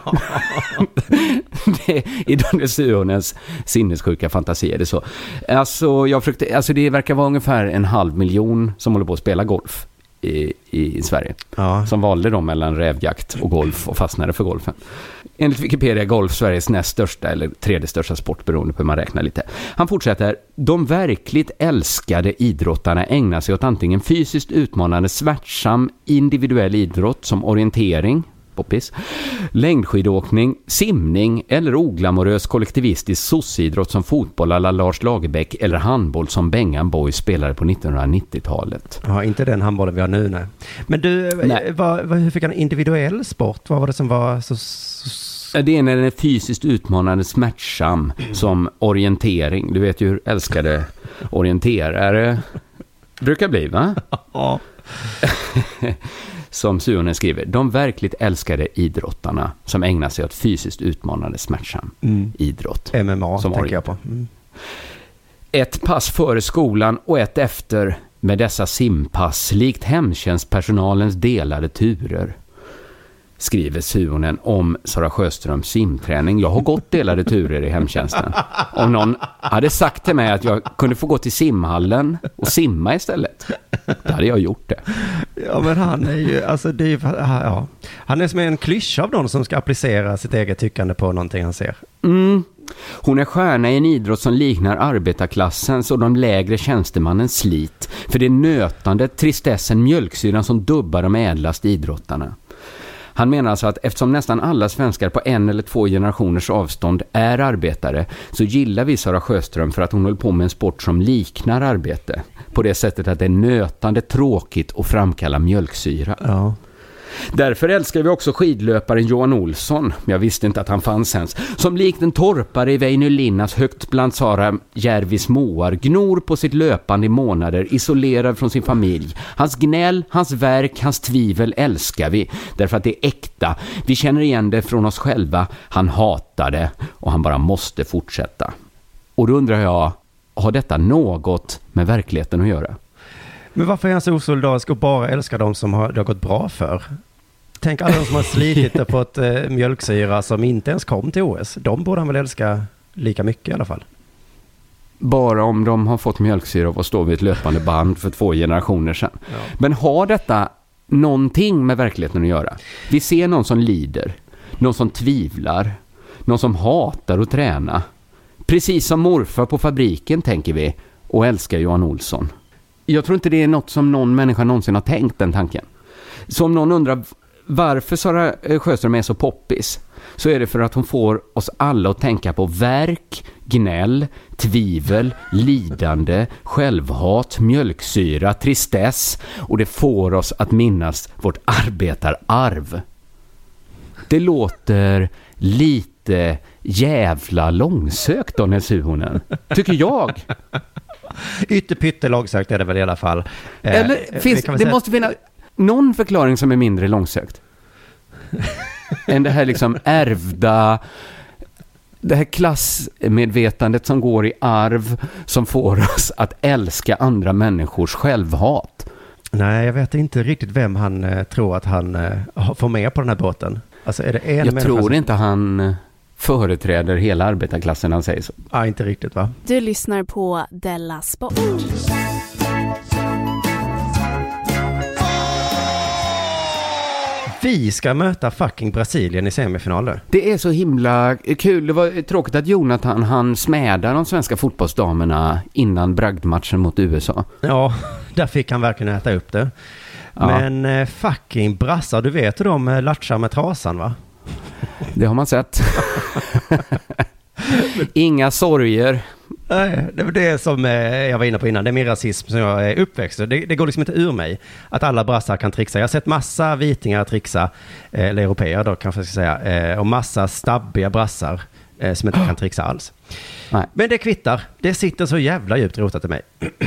I Daniel Suhonens sinnessjuka fantasi är det så. Alltså det verkar vara ungefär 500 000 som håller på att spela golf i Sverige. Ja. Som valde dem mellan rävjakt och golf och fastnade för golfen. Enligt Wikipedia är golf Sveriges näst största eller tredje största sport, beroende på hur man räknar lite. Han fortsätter: de verkligt älskade idrottarna ägnar sig åt antingen fysiskt utmanande, smärtsam individuell idrott som orientering, poppis, längdskidåkning, simning eller oglamorös kollektivistisk sossidrott som fotboll alla Lars Lagerbäck eller handboll som Bengan Boys spelade på 1990-talet. Ja, inte den handbollen vi har nu, nej. Men du, hur fick han individuell sport? Vad var det som var så... Det är när den är fysiskt utmanande, smärtsam som orientering. Du vet ju hur älskade orienterare brukar bli, va? Ja. Som Suhonen skriver, de verkligt älskade idrottarna som ägnar sig åt fysiskt utmanande, smärtsam idrott. MMA som tänker jag på. Ett pass före skolan och ett efter med dessa simpass, likt hemtjänstpersonalens delade turer, skriver Suhonen om Sara Sjöströms simträning. Jag har gått delade turer i hemtjänsten. Om någon hade sagt till mig att jag kunde få gå till simhallen och simma istället, då hade jag gjort det. Ja, men han är ju, alltså det är, ja. Han är som en klyscha av någon som ska applicera sitt eget tyckande på någonting han ser. Hon är stjärna i en idrott som liknar arbetarklassens och de lägre tjänstemannens slit. För det är nötande, tristessen, mjölksyran som dubbar de ädlaste idrottarna. Han menar alltså att eftersom nästan alla svenskar på 1 eller 2 generationers avstånd är arbetare, så gillar vi Sara Sjöström för att hon håller på med en sport som liknar arbete. På det sättet att det är nötande, tråkigt och framkallar mjölksyra. Ja. Därför älskar vi också skidlöparen Johan Olsson, jag visste inte att han fanns ens, som likt en torpare i Väinö Linnas högt bland Sara Järvis moar gnor på sitt löpande i månader, isolerad från sin familj. Hans gnäll, hans verk, hans tvivel älskar vi, därför att det är äkta. Vi känner igen det från oss själva. Han hatar det och han bara måste fortsätta. Och då undrar jag, har detta något med verkligheten att göra? Men varför är han så osolidarisk och bara älskar de som det har gått bra för? Tänk alla de som har slitit på ett mjölksyra som inte ens kom till OS. De borde han väl älska lika mycket i alla fall. Bara om de har fått mjölksyra och står vid ett löpande band för 2 generationer sedan. Ja. Men har detta någonting med verkligheten att göra? Vi ser någon som lider, någon som tvivlar, någon som hatar att träna. Precis som morfar på fabriken tänker vi och älskar Johan Olsson. Jag tror inte det är något som någon människa någonsin har tänkt den tanken. Så om någon undrar varför Sara Sjöström är så poppis, så är det för att hon får oss alla att tänka på verk, gnäll, tvivel, lidande, självhat, mjölksyra, tristess, och det får oss att minnas vårt arbetararv. Det låter lite jävla långsökt då, Nils Suhonen, tycker jag. Ytterpytte långsökt är det väl i alla fall. Eller finns det måste finnas någon förklaring som är mindre långsökt än det här liksom ärvda, det här klassmedvetandet som går i arv, som får oss att älska andra människors självhat. Nej, jag vet inte riktigt vem han tror att han får med på den här båten. Alltså, är det en jag tror inte han företräder hela arbetarklassen, han säger så. Ja, inte riktigt va? Du lyssnar på Della Sport. Vi ska möta fucking Brasilien i semifinaler. Det är så himla kul. Det var tråkigt att Jonathan han smädade de svenska fotbollsdamerna innan bragdmatchen mot USA. Ja, där fick han verkligen äta upp det. Ja. Men fucking brassar, du vet hur de latchar med trasan va? Det har man sett. Inga sorger. Nej, det var det som jag var inne på innan. Det är min rasism som jag är uppväxt. Det går liksom inte ur mig att alla brassar kan trixa. Jag har sett massa vitingar trixa, eller europeer då kanske jag ska säga, och massa stabbiga brassar som inte kan trixa alls. Nej. Men det kvittar. Det sitter så jävla djupt rotat i mig.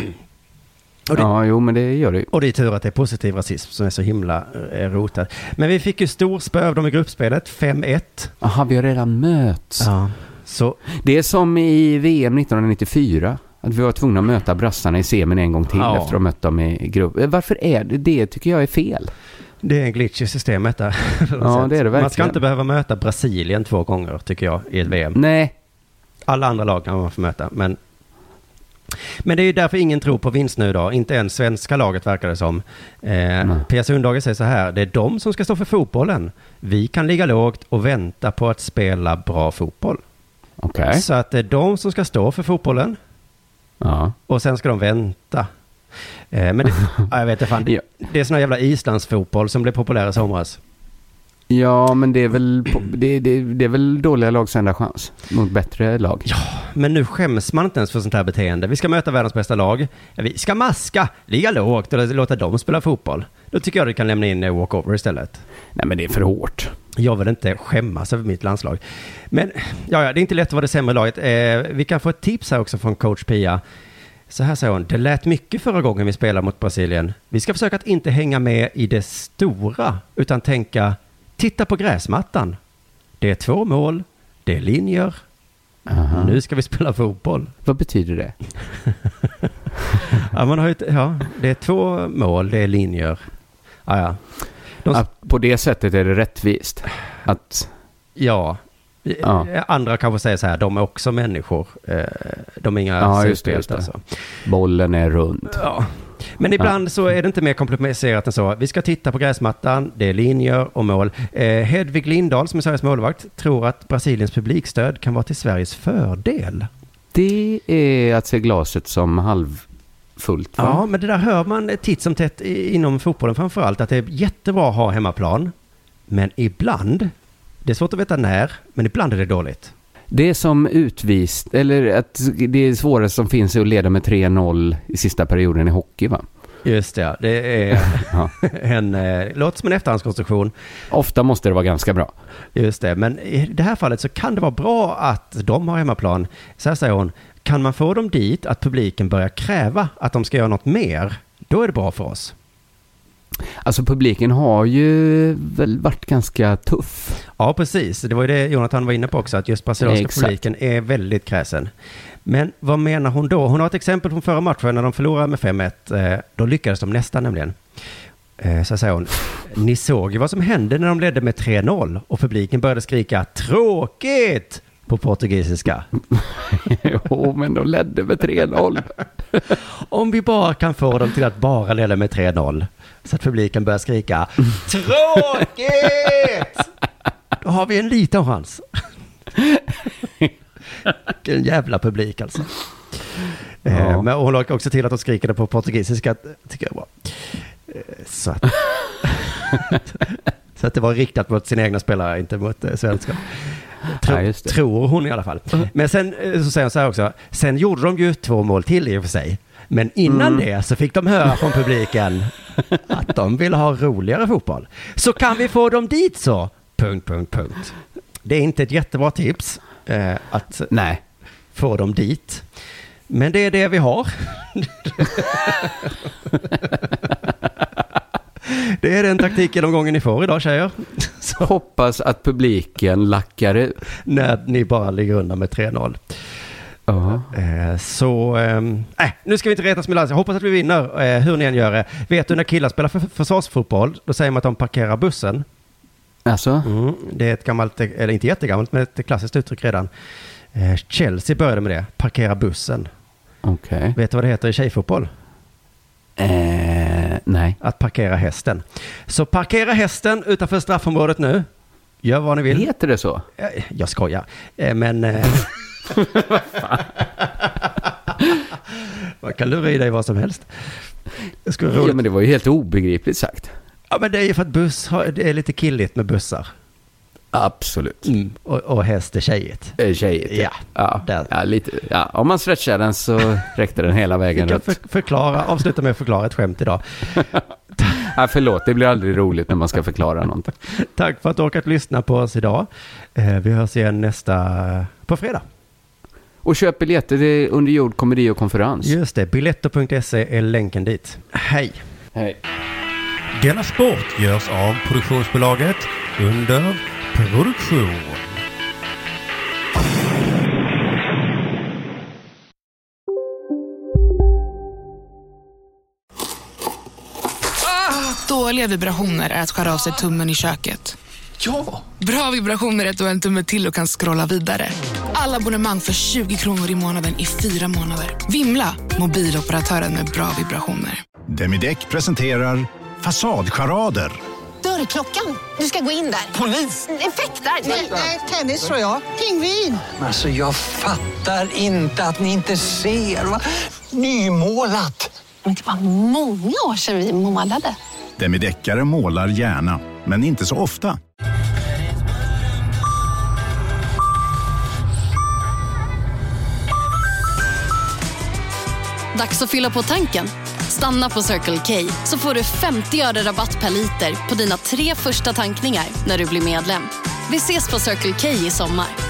Ja, jo, men det gör det. Och det är tur att det är positiv rasism som är så himla rotad. Men vi fick ju stor spö av dem i gruppspelet, 5-1. Aha, vi har redan möts. Ja. Så. Det är som i VM 1994, att vi var tvungna att möta brassarna i semin en gång till efter att ha mött dem i grupp. Varför är det? Det tycker jag är fel. Det är en glitch i systemet där. Ja, det är det verkligen. Man ska inte behöva möta Brasilien 2 gånger, tycker jag, i ett VM. Nej. Alla andra lag kan man få möta, men det är ju därför ingen tror på vinst nu då. Inte ens svenska laget verkar det som. Pia Sundhage säger så här: det är de som ska stå för fotbollen. Vi kan ligga lågt och vänta på att spela bra fotboll. Okay. Så att det är de som ska stå för fotbollen. Ja. Och sen ska de vänta. Men det, jag vet inte fan. Det är sån här jävla islandsfotboll som blev populär i somras. Ja, men det är väl det är väl dåliga lags enda chans mot bättre lag. Ja, men nu skäms man inte ens för sånt här beteende. Vi ska möta världens bästa lag. Vi ska maska, ligga lågt och låta dem spela fotboll. Då tycker jag att du kan lämna in walkover istället. Nej, men det är för hårt. Jag vill inte skämmas över mitt landslag. Men ja, det är inte lätt att vara det sämre laget. Vi kan få ett tips här också från coach Pia. Så här säger hon: det lät mycket förra gången vi spelade mot Brasilien. Vi ska försöka att inte hänga med i det stora, utan tänka: titta på gräsmattan. Det är 2 mål, det är linjer. Aha. Nu ska vi spela fotboll. Vad betyder det? Ja, man har det är 2 mål, det är linjer. Ja. På det sättet är det rättvist. Ja. Andra kanske säger så här: de är också människor. De är inga superhjältar. Alltså. Bollen är rund. Ja. Men ibland så är det inte mer komplicerat än så. Vi ska titta på gräsmattan, det är linjer och mål. Hedvig Lindahl, som är Sveriges målvakt, tror att Brasiliens publikstöd kan vara till Sveriges fördel. Det är att se glaset som halvfullt. Va? Ja, men det där hör man titt som tätt inom fotbollen framförallt, att det är jättebra att ha hemmaplan. Men ibland, det är svårt att veta när, men ibland är det dåligt. Det är som utvist, eller att det är svårast som finns att leda med 3-0 i sista perioden i hockey, va? Just det, det är en låt som en efterhandskonstruktion. Ofta måste det vara ganska bra. Just det, men i det här fallet så kan det vara bra att de har hemmaplan. Så här säger hon, kan man få dem dit att publiken börjar kräva att de ska göra något mer, då är det bra för oss. Alltså publiken har ju väl varit ganska tuff. Ja, precis. Det var ju det Jonathan var inne på också, att just brasilianska publiken är väldigt kräsen. Men vad menar hon då? Hon har ett exempel från förra matchen när de förlorade med 5-1. Då lyckades de nästan nämligen. Så säger hon, ni såg ju vad som hände när de ledde med 3-0 och publiken började skrika tråkigt på portugisiska. Jo, men de ledde med 3-0. Om vi bara kan få dem till att bara leda med 3-0 så att publiken börjar skrika tråkigt! Då har vi en liten chans. En jävla publik alltså. Men hon lade också till att de skrikade på portugisiska, tycker jag var. Så att det var riktat mot sina egna spelare, inte mot svenska. Tror hon i alla fall. Men sen så säger hon så här också, sen gjorde de ju 2 mål till i och för sig. Men innan det så fick de höra från publiken att de vill ha roligare fotboll. Så kan vi få dem dit så? ... Det är inte ett jättebra tips att få dem dit. Men det är det vi har. Det är den taktiken de gånger ni får idag, tjejer. Så hoppas att publiken lackar ut. När ni bara ligger undan med 3-0. Nu ska vi inte retas med lands. Jag hoppas att vi vinner hur ni än gör det. Vet du när killar spelar försvarsfotboll, då säger man att de parkerar bussen. Alltså? Det är ett gammalt, eller inte jättegammalt, men ett klassiskt uttryck redan. Chelsea började med det. Parkera bussen. Okay. Vet du vad det heter i tjejfotboll? Nej. Att parkera hästen. Så parkera hästen utanför straffområdet nu. Gör vad ni vill. Heter det så? Jag skojar. Men... Man kan lura i dig vad som helst. Ja, men det var ju helt obegripligt sagt. Ja, men det är ju för att det är lite killigt med bussar. Absolut. Och häst är tjejigt. Tjejigt, lite. Ja, om man stretchar den så räckte den hela vägen. Jag kan avsluta med att förklara ett skämt idag. Förlåt, det blir aldrig roligt när man ska förklara någonting. Tack för att du orkat lyssna på oss idag. Vi hörs igen på fredag. Och köp biljetter till Under jord, komedi och konferens. Just det, biletto.se är länken dit. Hej. Hej. Della Sport görs av produktionsbolaget Under produktion. Dåliga vibrationer är att skära av sig tummen i köket. Ja! Bra vibrationer är att du har en tumme till och kan scrolla vidare. Alla abonnemang för 20 kronor i månaden i 4 månader. Vimla! Mobiloperatören med bra vibrationer. Demideck presenterar Fasadcharader. Dörrklockan. Du ska gå in där. Polis? Effektar? Nej, tennis tror jag. Pingvin. Alltså jag fattar inte att ni inte ser. Va? Nymålat. Men det var många år sedan vi målade. Demideckare målar gärna, men inte så ofta. Dags att fylla på tanken. Stanna på Circle K så får du 50 öre rabatt per liter på dina 3 första tankningar när du blir medlem. Vi ses på Circle K i sommar.